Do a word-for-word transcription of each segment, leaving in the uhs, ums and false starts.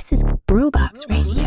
This is Brewbox Radio.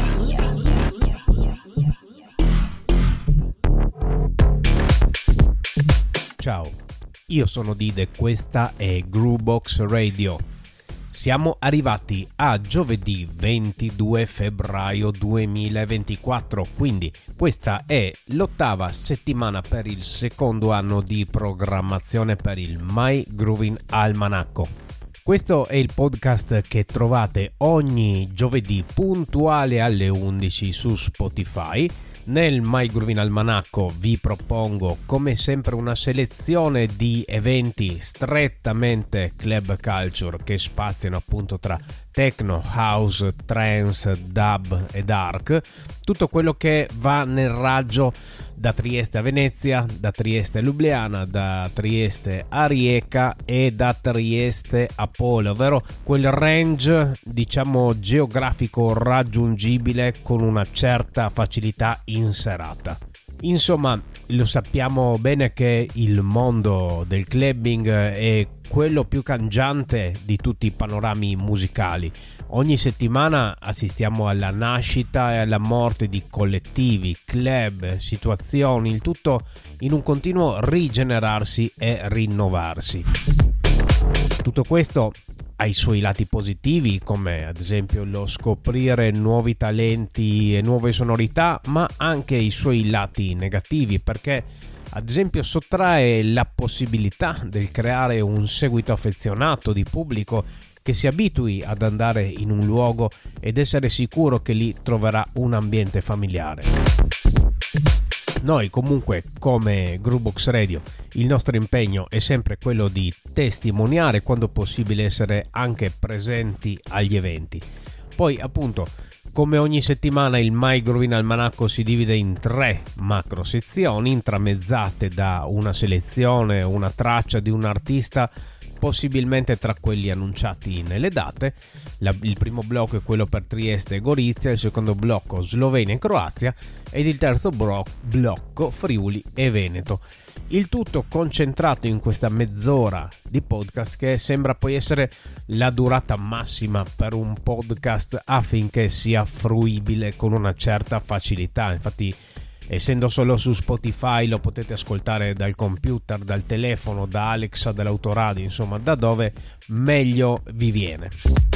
Ciao, io sono Dide e questa è Brewbox Radio. Siamo arrivati a giovedì ventidue febbraio duemilaventiquattro, quindi questa è l'ottava settimana per il secondo anno di programmazione per il My Groovin Almanacco. Questo è il podcast che trovate ogni giovedì puntuale alle undici su Spotify. Nel My Groovin Almanacco vi propongo come sempre una selezione di eventi strettamente club culture che spaziano appunto tra techno, house, trance, dub e dark, tutto quello che va nel raggio da Trieste a Venezia, da Trieste a Lubliana, da Trieste a Rijeka e da Trieste a Pole, ovvero quel range diciamo geografico raggiungibile con una certa facilità in serata. Insomma, lo sappiamo bene che il mondo del clubbing è quello più cangiante di tutti i panorami musicali. Ogni settimana assistiamo alla nascita e alla morte di collettivi, club, situazioni, il tutto in un continuo rigenerarsi e rinnovarsi. Tutto questo ha i suoi lati positivi, come ad esempio lo scoprire nuovi talenti e nuove sonorità, ma anche i suoi lati negativi, perché ad esempio sottrae la possibilità del creare un seguito affezionato di pubblico che si abitui ad andare in un luogo ed essere sicuro che lì troverà un ambiente familiare. Noi comunque come Brewbox Radio il nostro impegno è sempre quello di testimoniare, quando possibile essere anche presenti agli eventi. Poi appunto come ogni settimana il My Groovin Almanacco si divide in tre macro sezioni intramezzate da una selezione, una traccia di un artista, possibilmente tra quelli annunciati nelle date. La, il primo blocco è quello per Trieste e Gorizia, il secondo blocco Slovenia e Croazia ed il terzo bro- blocco Friuli e Veneto. Il tutto concentrato in questa mezz'ora di podcast che sembra poi essere la durata massima per un podcast affinché sia fruibile con una certa facilità. Infatti, essendo solo su Spotify, lo potete ascoltare dal computer, dal telefono, da Alexa, dall'autoradio, insomma da dove meglio vi viene.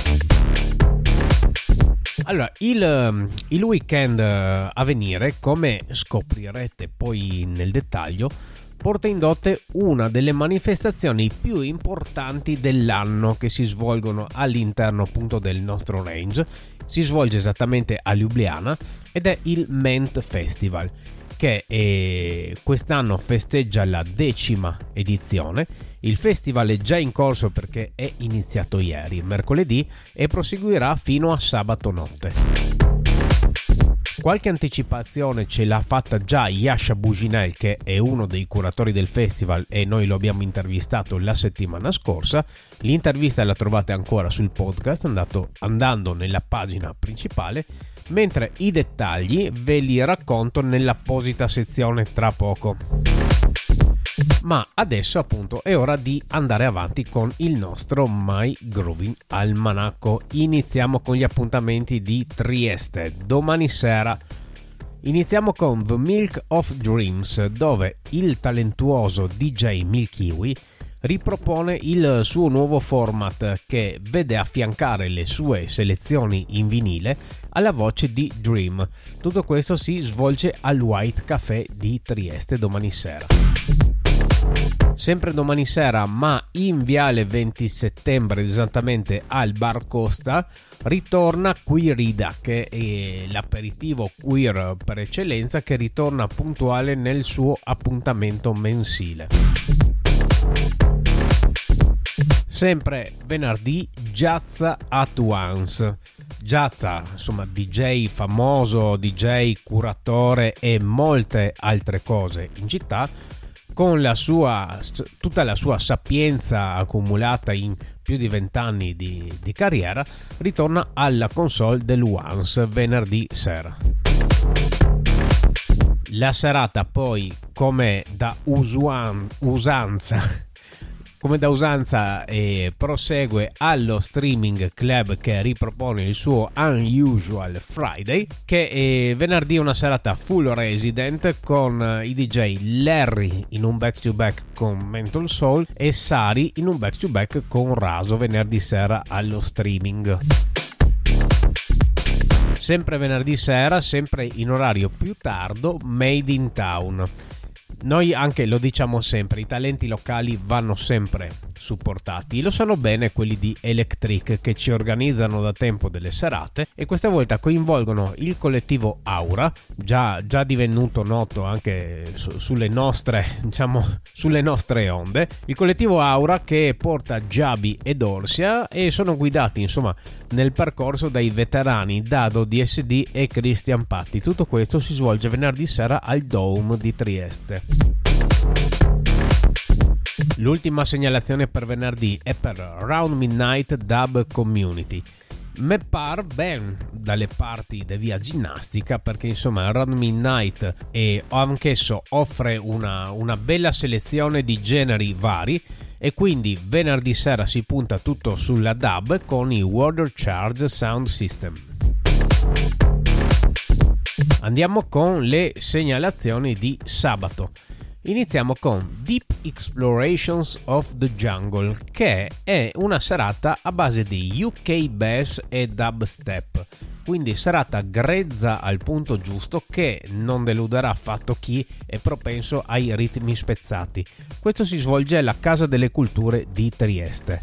Allora, il, il weekend a venire, come scoprirete poi nel dettaglio, porta in dote una delle manifestazioni più importanti dell'anno che si svolgono all'interno appunto del nostro range. Si svolge esattamente a Ljubljana ed è il Ment Festival, che è, quest'anno festeggia la decima edizione. Il festival è già in corso perché è iniziato ieri, mercoledì, e proseguirà fino a sabato notte. Qualche anticipazione ce l'ha fatta già Yasha Buginel, che è uno dei curatori del festival e noi lo abbiamo intervistato la settimana scorsa. L'intervista la trovate ancora sul podcast andato, andando nella pagina principale, mentre i dettagli ve li racconto nell'apposita sezione tra poco. Ma adesso appunto è ora di andare avanti con il nostro My Groovin Almanacco. Iniziamo con gli appuntamenti di Trieste. Domani sera iniziamo con The Milk of Dreams, dove il talentuoso D J Milkiwi ripropone il suo nuovo format che vede affiancare le sue selezioni in vinile alla voce di Dream. Tutto questo si svolge al White Café di Trieste domani sera. Sempre domani sera, ma in viale venti settembre, esattamente al Bar Costa, ritorna Queerida, che è l'aperitivo queer per eccellenza che ritorna puntuale nel suo appuntamento mensile. Sempre venerdì Giazza at Once. Giazza, insomma D J famoso, D J curatore e molte altre cose in città, con la sua, tutta la sua sapienza accumulata in più di vent'anni di, di carriera, ritorna alla console del Once venerdì sera. La serata poi, come da usuan, usanza, come da usanza eh, prosegue allo Streaming Club, che ripropone il suo Unusual Friday, che è venerdì una serata full resident con i D J Larry in un back to back con Mental Soul e Sari in un back to back con Raso venerdì sera allo Streaming. Sempre venerdì sera, sempre in orario più tardo, Made in Town. Noi anche lo diciamo sempre, i talenti locali vanno sempre supportati, lo sanno bene quelli di Electric, che ci organizzano da tempo delle serate e questa volta coinvolgono il collettivo Aura, già, già divenuto noto anche su, sulle nostre diciamo sulle nostre onde, il collettivo Aura che porta Giabi ed Orsia e sono guidati insomma nel percorso dai veterani Dado D S D e Christian Patti. Tutto questo si svolge venerdì sera al Dome di Trieste. L'ultima segnalazione per venerdì è per Round Midnight Dub Community. Me par ben dalle parti di via ginnastica, perché insomma Round Midnight è, anch'esso offre una, una bella selezione di generi vari e quindi venerdì sera si punta tutto sulla dub con i Water Charge Sound System. Andiamo con le segnalazioni di sabato. Iniziamo con Deep Explorations of the Jungle, che è una serata a base di U K bass e dubstep, quindi serata grezza al punto giusto che non deluderà affatto chi è propenso ai ritmi spezzati. Questo si svolge alla Casa delle Culture di Trieste.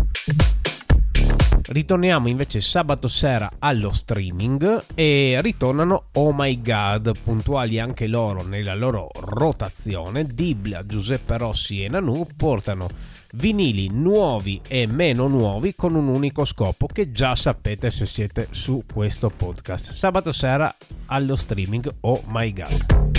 Ritorniamo invece sabato sera allo Streaming e ritornano Oh My God, puntuali anche loro nella loro rotazione. Dibla, Giuseppe Rossi e Nanu portano vinili nuovi e meno nuovi con un unico scopo che già sapete se siete su questo podcast. Sabato sera allo Streaming Oh My God.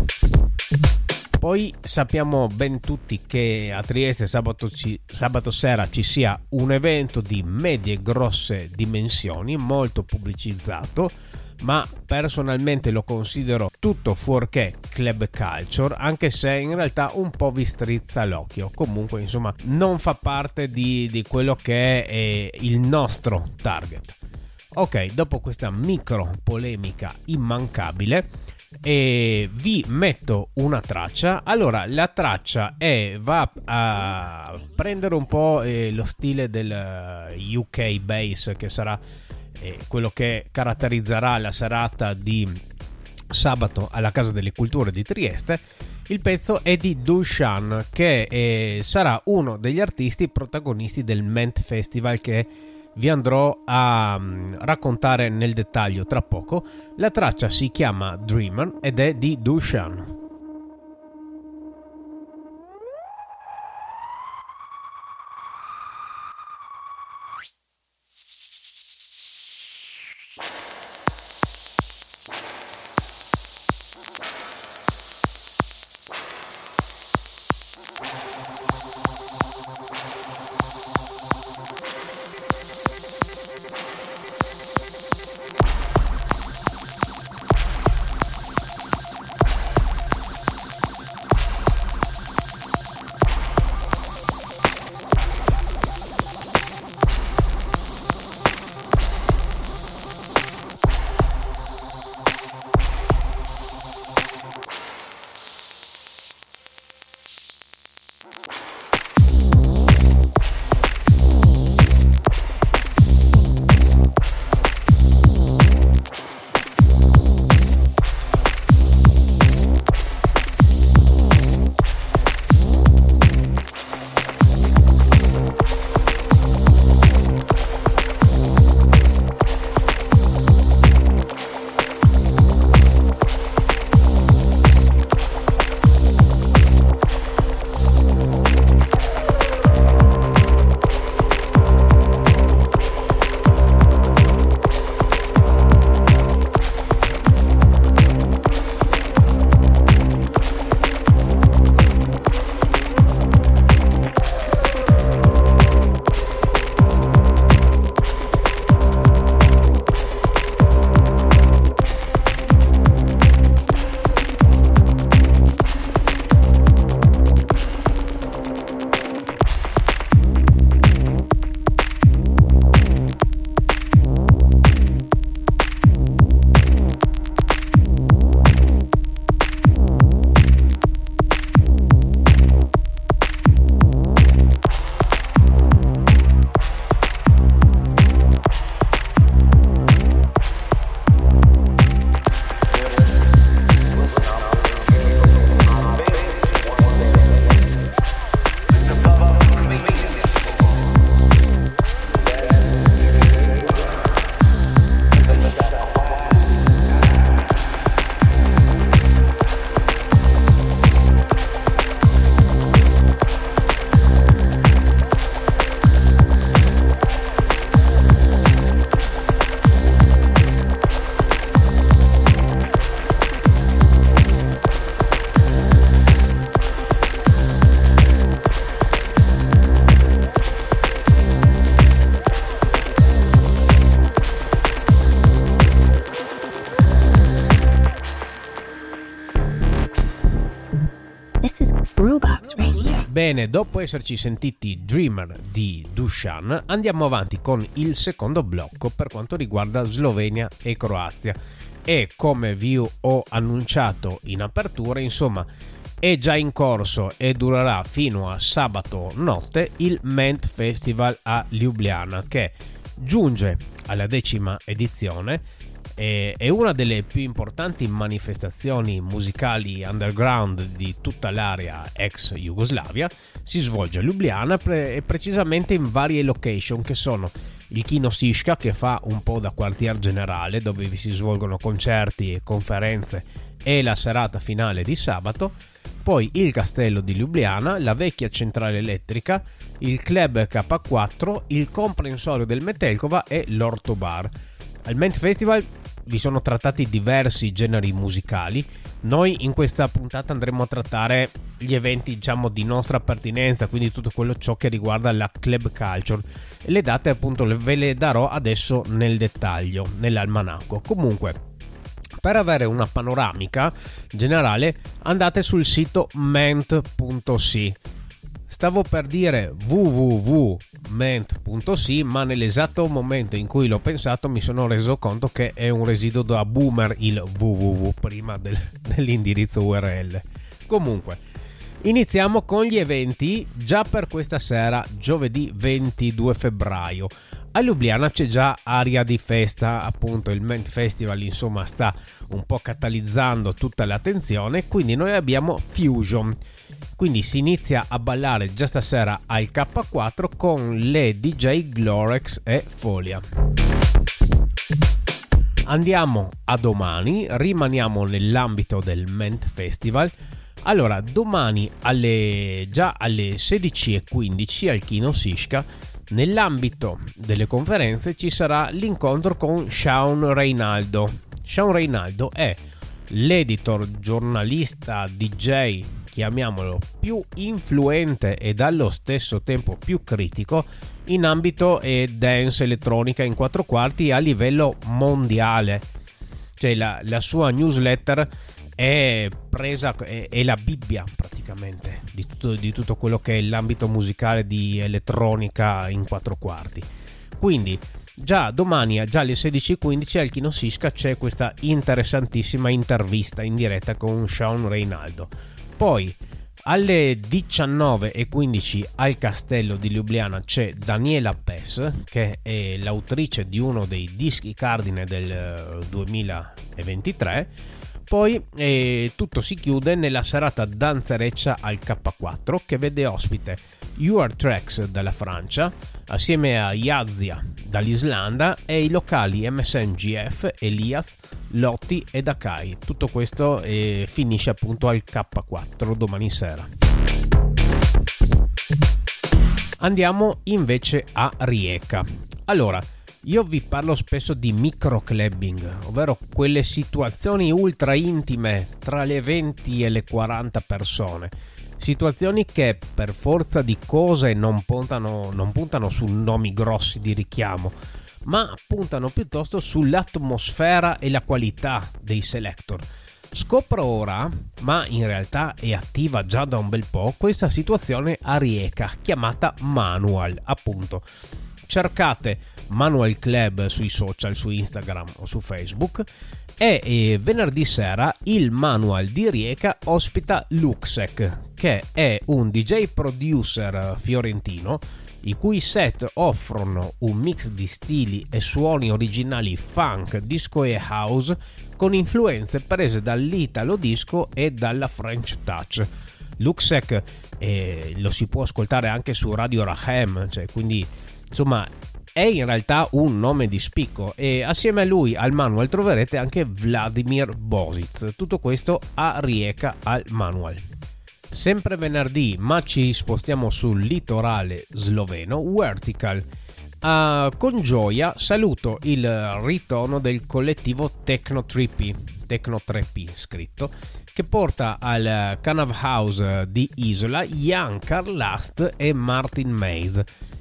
Poi sappiamo ben tutti che a Trieste sabato, ci, sabato sera ci sia un evento di medie e grosse dimensioni, molto pubblicizzato, ma personalmente lo considero tutto fuorché club culture, anche se in realtà un po' vi strizza l'occhio. Comunque insomma non fa parte di, di quello che è eh, il nostro target. Ok, dopo questa micro polemica immancabile, e vi metto una traccia. Allora la traccia è, va a prendere un po' eh, lo stile del U K bass, che sarà eh, quello che caratterizzerà la serata di sabato alla Casa delle Culture di Trieste. Il pezzo è di Dushan, che eh, sarà uno degli artisti protagonisti del Ment Festival, che vi andrò a um, raccontare nel dettaglio tra poco. La traccia si chiama Dreamer ed è di Dushan. Bene, dopo esserci sentiti Dreamer di Dusan, andiamo avanti con il secondo blocco per quanto riguarda Slovenia e Croazia. E come vi ho annunciato in apertura, insomma, è già in corso e durerà fino a sabato notte il Ment Festival a Ljubljana, che giunge alla decima edizione. È una delle più importanti manifestazioni musicali underground di tutta l'area ex Jugoslavia. Si svolge a Ljubljana e precisamente in varie location, che sono il Kino Šiška, che fa un po' da quartier generale, dove vi si svolgono concerti e conferenze, e la serata finale di sabato. Poi il Castello di Ljubljana, la vecchia centrale elettrica, il Club K quattro, il comprensorio del Metelkova e l'Orto Bar. Al Ment Festival vi sono trattati diversi generi musicali. Noi in questa puntata andremo a trattare gli eventi, diciamo, di nostra pertinenza, quindi tutto quello ciò che riguarda la club culture. E le date appunto ve le darò adesso nel dettaglio, nell'almanacco. Comunque, per avere una panoramica generale andate sul sito ment punto si. Stavo per dire w w w punto ment punto si, ma nell'esatto momento in cui l'ho pensato mi sono reso conto che è un residuo da boomer il www prima del, dell'indirizzo U R L. Comunque, iniziamo con gli eventi già per questa sera, giovedì ventidue febbraio. A Ljubljana c'è già aria di festa, appunto il Ment Festival insomma sta un po' catalizzando tutta l'attenzione, quindi noi abbiamo Fusion. Quindi si inizia a ballare già stasera al K quattro con le D J Glorex e Folia. Andiamo a domani, rimaniamo nell'ambito del Ment Festival. Allora, domani alle, già alle sedici e quindici al Kino Šiška, nell'ambito delle conferenze ci sarà l'incontro con Shaun Reinaldo. Shaun Reinaldo è l'editor, giornalista, D J, chiamiamolo, più influente e allo stesso tempo più critico in ambito e dance elettronica in quattro quarti a livello mondiale. Cioè la, la sua newsletter è presa, è, è la Bibbia praticamente di tutto, di tutto quello che è l'ambito musicale di elettronica in quattro quarti. Quindi già domani, già alle sedici e quindici al Kino Šiška c'è questa interessantissima intervista in diretta con Shaun Reinaldo. Poi alle diciannove e quindici al Castello di Ljubljana c'è Daniela Pes, che è l'autrice di uno dei dischi cardine del duemilaventitré. Poi eh, tutto si chiude nella serata danzereccia al K quattro, che vede ospite Your Tracks dalla Francia assieme a Yazia dall'Islanda e i locali M S N G F, Elias, Lotti e Dakai. Tutto questo eh, finisce appunto al K quattro domani sera. Andiamo invece a Rijeka. Allora, io vi parlo spesso di microclubbing, ovvero quelle situazioni ultra intime tra le venti e le quaranta persone. Situazioni che per forza di cose non puntano, non puntano su nomi grossi di richiamo, ma puntano piuttosto sull'atmosfera e la qualità dei selector. Scopro ora, ma in realtà è attiva già da un bel po', questa situazione a Rijeka chiamata Manual, appunto. Cercate Manual Club sui social, su Instagram o su Facebook, e, e venerdì sera il Manual di Rijeka ospita Luxek, che è un D J producer fiorentino i cui set offrono un mix di stili e suoni originali funk, disco e house con influenze prese dall'italo disco e dalla French touch. Luxek eh, lo si può ascoltare anche su Radio Rahem, cioè, quindi insomma è in realtà un nome di spicco, e assieme a lui al Manual troverete anche Vladimir Bosic. Tutto questo a Rijeka al Manual. Sempre venerdì, ma ci spostiamo sul litorale sloveno, Vertical. Uh, con gioia saluto il ritorno del collettivo Techno tre P, Techno tre P scritto, che porta al Canav House di Isola Jan Carlast e Martin Mays.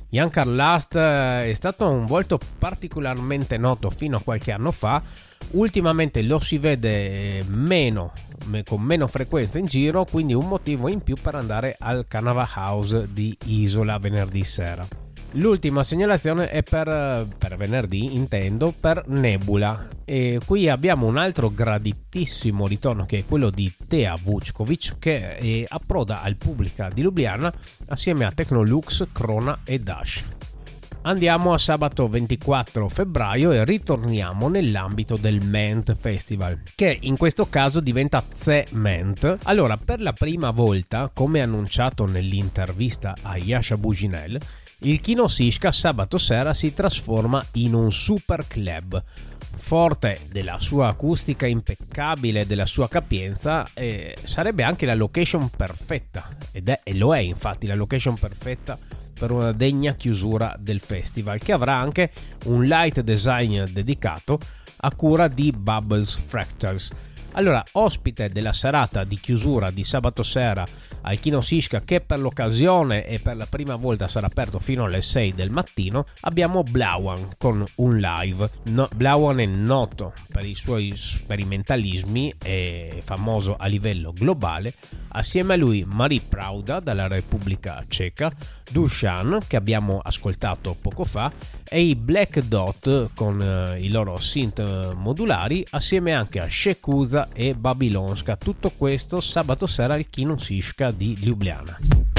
Jancar Last è stato un volto particolarmente noto fino a qualche anno fa, ultimamente lo si vede meno, con meno frequenza in giro, quindi un motivo in più per andare al Canava House di Isola venerdì sera. L'ultima segnalazione è per, per venerdì, intendo, per Nebula, e qui abbiamo un altro graditissimo ritorno che è quello di Tea Vučković, che è, approda al Publica di Lubiana assieme a Technolux, Krona e Dash. Andiamo a sabato ventiquattro febbraio e ritorniamo nell'ambito del Ment Festival, che in questo caso diventa Z Ment. Allora, per la prima volta, come annunciato nell'intervista a Jascha Buginel, il Kino Šiška sabato sera si trasforma in un super club. Forte della sua acustica impeccabile e della sua capienza, eh, sarebbe anche la location perfetta, ed è, e lo è infatti la location perfetta per una degna chiusura del festival, che avrà anche un light design dedicato a cura di Bubbles Fractals. Allora, ospite della serata di chiusura di sabato sera al Kino Šiška, che per l'occasione e per la prima volta sarà aperto fino alle sei del mattino, abbiamo Blauan con un live. No, Blauan è noto per i suoi sperimentalismi e famoso a livello globale. Assieme a lui Marie Prauda dalla Repubblica Ceca, Dusan, che abbiamo ascoltato poco fa, e i Black Dot con eh, i loro synth modulari, assieme anche a Shekusa e Babilonska. Tutto questo sabato sera al Kino Šiška di Ljubljana.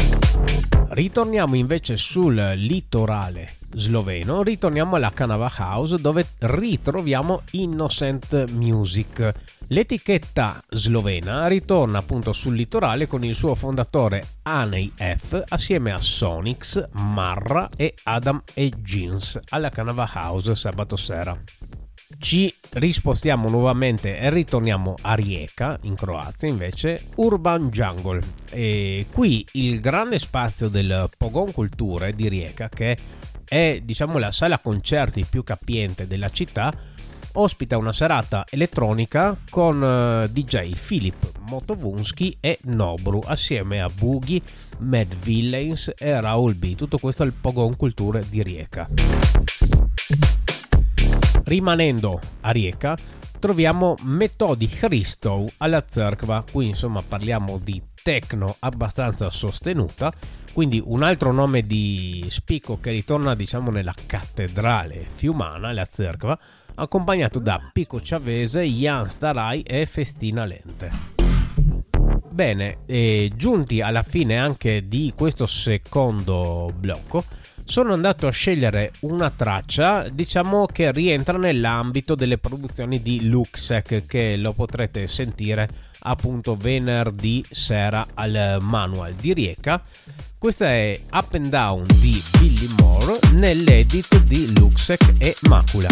Ritorniamo invece sul litorale sloveno, ritorniamo alla Canava House, dove ritroviamo Innocent Music. L'etichetta slovena ritorna appunto sul litorale con il suo fondatore Anej F assieme a Sonix, Marra e Adam e Jeans alla Canava House sabato sera. Ci rispostiamo nuovamente e ritorniamo a Rijeka, in Croazia invece, Urban Jungle. E qui il grande spazio del Pogon Culture di Rijeka, che è diciamo la sala concerti più capiente della città, ospita una serata elettronica con uh, D J Filip Motovunski e Nobru assieme a Boogie, Mad Villains e Raul B. Tutto questo al Pogon Culture di Rijeka. Rimanendo a Rijeka troviamo Metodi Hristov alla Cerkva. Qui insomma parliamo di techno abbastanza sostenuta, quindi un altro nome di spicco che ritorna diciamo nella cattedrale fiumana, la Cerkva, accompagnato da Pico Ciavese, Jan Starai e Festina Lente. Bene, e giunti alla fine anche di questo secondo blocco, sono andato a scegliere una traccia diciamo che rientra nell'ambito delle produzioni di Luxec, che lo potrete sentire appunto venerdì sera al Manual di Rijeka. Questa è Up and Down di Billy Moore nell'edit di Luxec e Macula.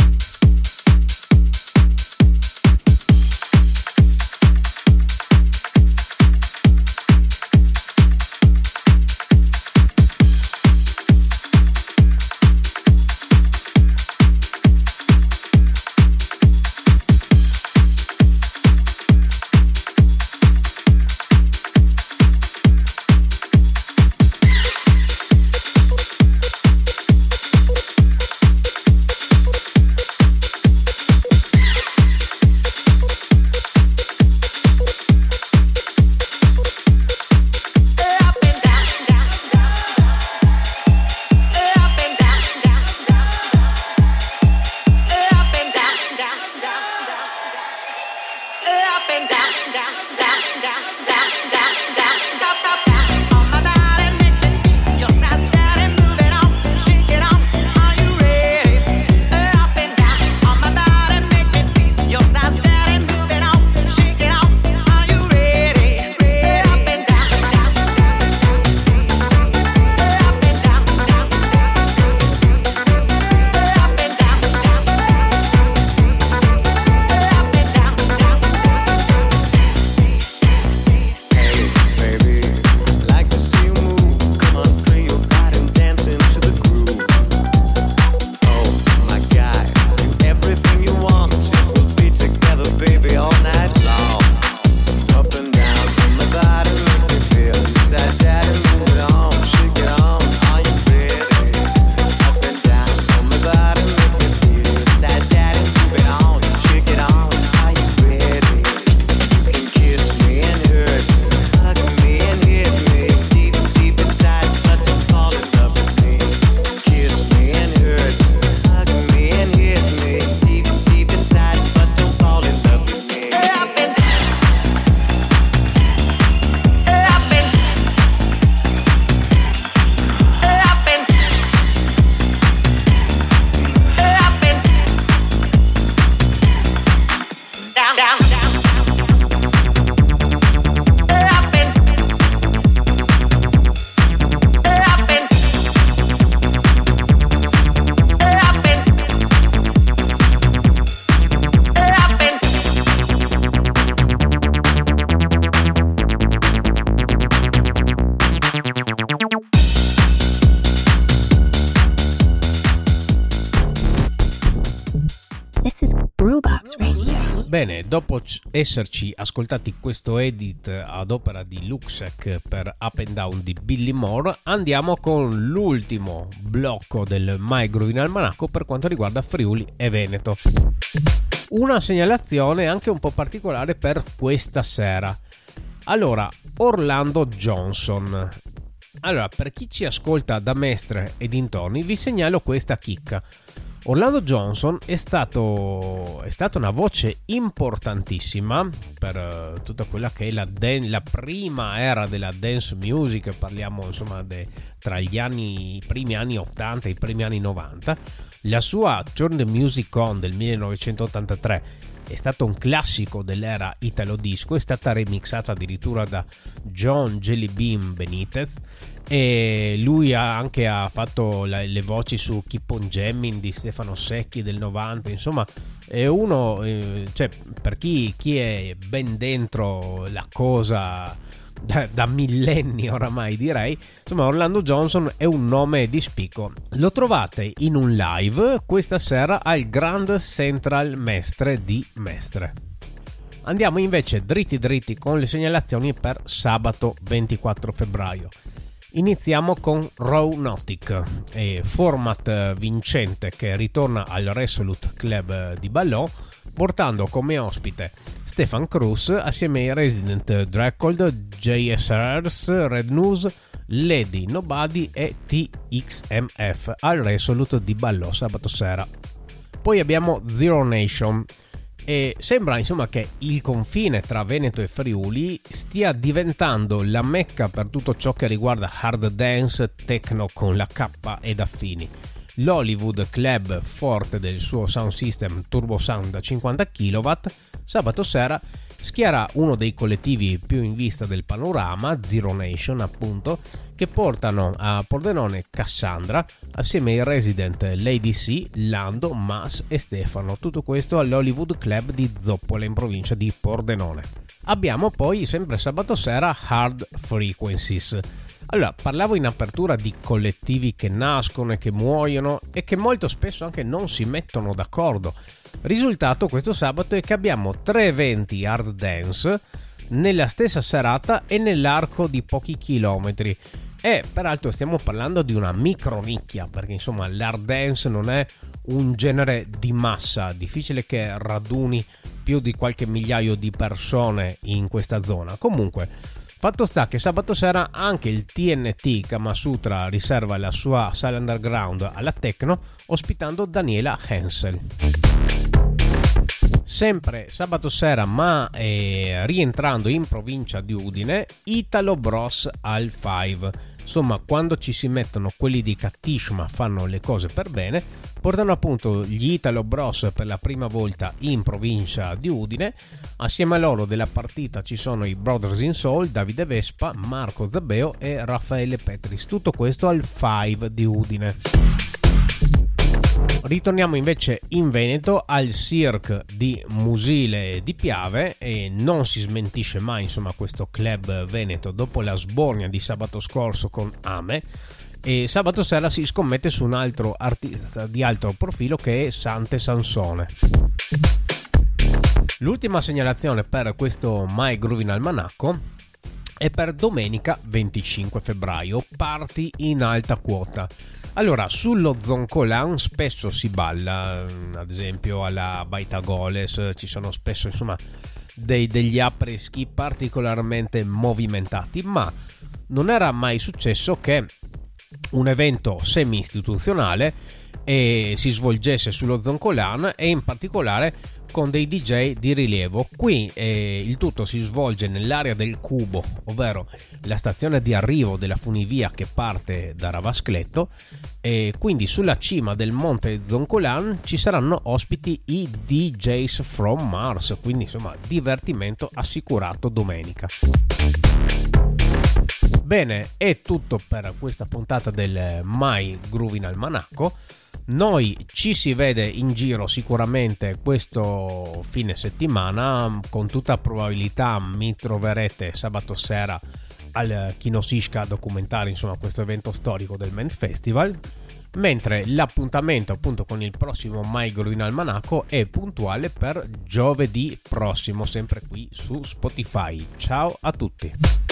Brewbox Radio. Bene, dopo c- esserci ascoltati questo edit ad opera di Luxec per Up and Down di Billy Moore, andiamo con l'ultimo blocco del My Groovin' Almanacco per quanto riguarda Friuli e Veneto. Una segnalazione anche un po' particolare per questa sera. Allora, Orlando Johnson. Allora, per chi ci ascolta da Mestre e dintorni, vi segnalo questa chicca. Orlando Johnson è stato è stata una voce importantissima per uh, tutta quella che è la, dan- la prima era della dance music, parliamo insomma de, tra gli anni i primi anni ottanta e i primi anni novanta. La sua Turn the Music On del millenovecentottantatré è stato un classico dell'era Italo Disco, è stata remixata addirittura da John Jelly Bean Benitez, e lui ha anche ha fatto la, le voci su Keep on Jamming di Stefano Secchi del novanta. Insomma, è uno, eh, cioè per chi, chi è ben dentro la cosa da, da millenni oramai, direi, insomma Orlando Johnson è un nome di spicco. Lo trovate in un live questa sera al Grand Central Mestre di Mestre. Andiamo invece dritti dritti con le segnalazioni per sabato ventiquattro febbraio. Iniziamo con Raw Nautic, eh, format vincente che ritorna al Resolute Club di Ballò, portando come ospite Stefan Cruz assieme ai Resident Dracold, J S R's, Red News, Lady Nobody e T X M F al Resolute di Ballò sabato sera. Poi abbiamo Zero Nation. E sembra insomma che il confine tra Veneto e Friuli stia diventando la mecca per tutto ciò che riguarda hard dance, techno con la K ed affini. L'Hollywood Club, forte del suo sound system Turbo Sound da cinquanta chilowatt, sabato sera schierà uno dei collettivi più in vista del panorama, Zero Nation appunto, che portano a Pordenone Cassandra assieme ai Resident Lady C, Lando, Mas e Stefano. Tutto questo all'Hollywood Club di Zoppola in provincia di Pordenone. Abbiamo poi sempre sabato sera Hard Frequencies. Allora, parlavo in apertura di collettivi che nascono e che muoiono e che molto spesso anche non si mettono d'accordo. Risultato questo sabato è che abbiamo tre eventi hard dance nella stessa serata e nell'arco di pochi chilometri. E peraltro stiamo parlando di una micronicchia, perché insomma l'hard dance non è un genere di massa, difficile che raduni più di qualche migliaio di persone in questa zona. Comunque, fatto sta che sabato sera anche il T N T Kamasutra riserva la sua sala underground alla techno, ospitando Daniela Hensel. Sempre sabato sera, ma eh, rientrando in provincia di Udine, Italo Bros al cinque. Insomma, quando ci si mettono quelli di Cattish ma fanno le cose per bene, portano appunto gli Italo Bros per la prima volta in provincia di Udine. Assieme a loro della partita ci sono i Brothers in Soul, Davide Vespa, Marco Zabbeo e Raffaele Petris. Tutto questo al cinque di Udine. Ritorniamo invece in Veneto al Cirque di Musile di Piave, e non si smentisce mai insomma questo club veneto dopo la sbornia di sabato scorso con Ame, e sabato sera si scommette su un altro artista di alto profilo che è Sante Sansone. L'ultima segnalazione per questo My Groovin' Almanacco è per domenica venticinque febbraio, party in alta quota. Allora, sullo Zoncolan spesso si balla, ad esempio alla Baita Goles, ci sono spesso insomma dei, degli après-ski particolarmente movimentati, ma non era mai successo che un evento semi-istituzionale e si svolgesse sullo Zoncolan, e in particolare con dei D J di rilievo. Qui eh, il tutto si svolge nell'area del Cubo, ovvero la stazione di arrivo della funivia che parte da Ravascletto, e quindi sulla cima del monte Zoncolan ci saranno ospiti i D Js from Mars, quindi insomma divertimento assicurato domenica. Bene, è tutto per questa puntata del My Groovin' Almanacco. Noi ci si vede in giro sicuramente questo fine settimana, con tutta probabilità mi troverete sabato sera al Kino Sishka a documentare insomma questo evento storico del Ment Festival. mentre l'appuntamento appunto con il prossimo MyGuru in Almanacco è puntuale per giovedì prossimo, sempre qui su Spotify. Ciao a tutti.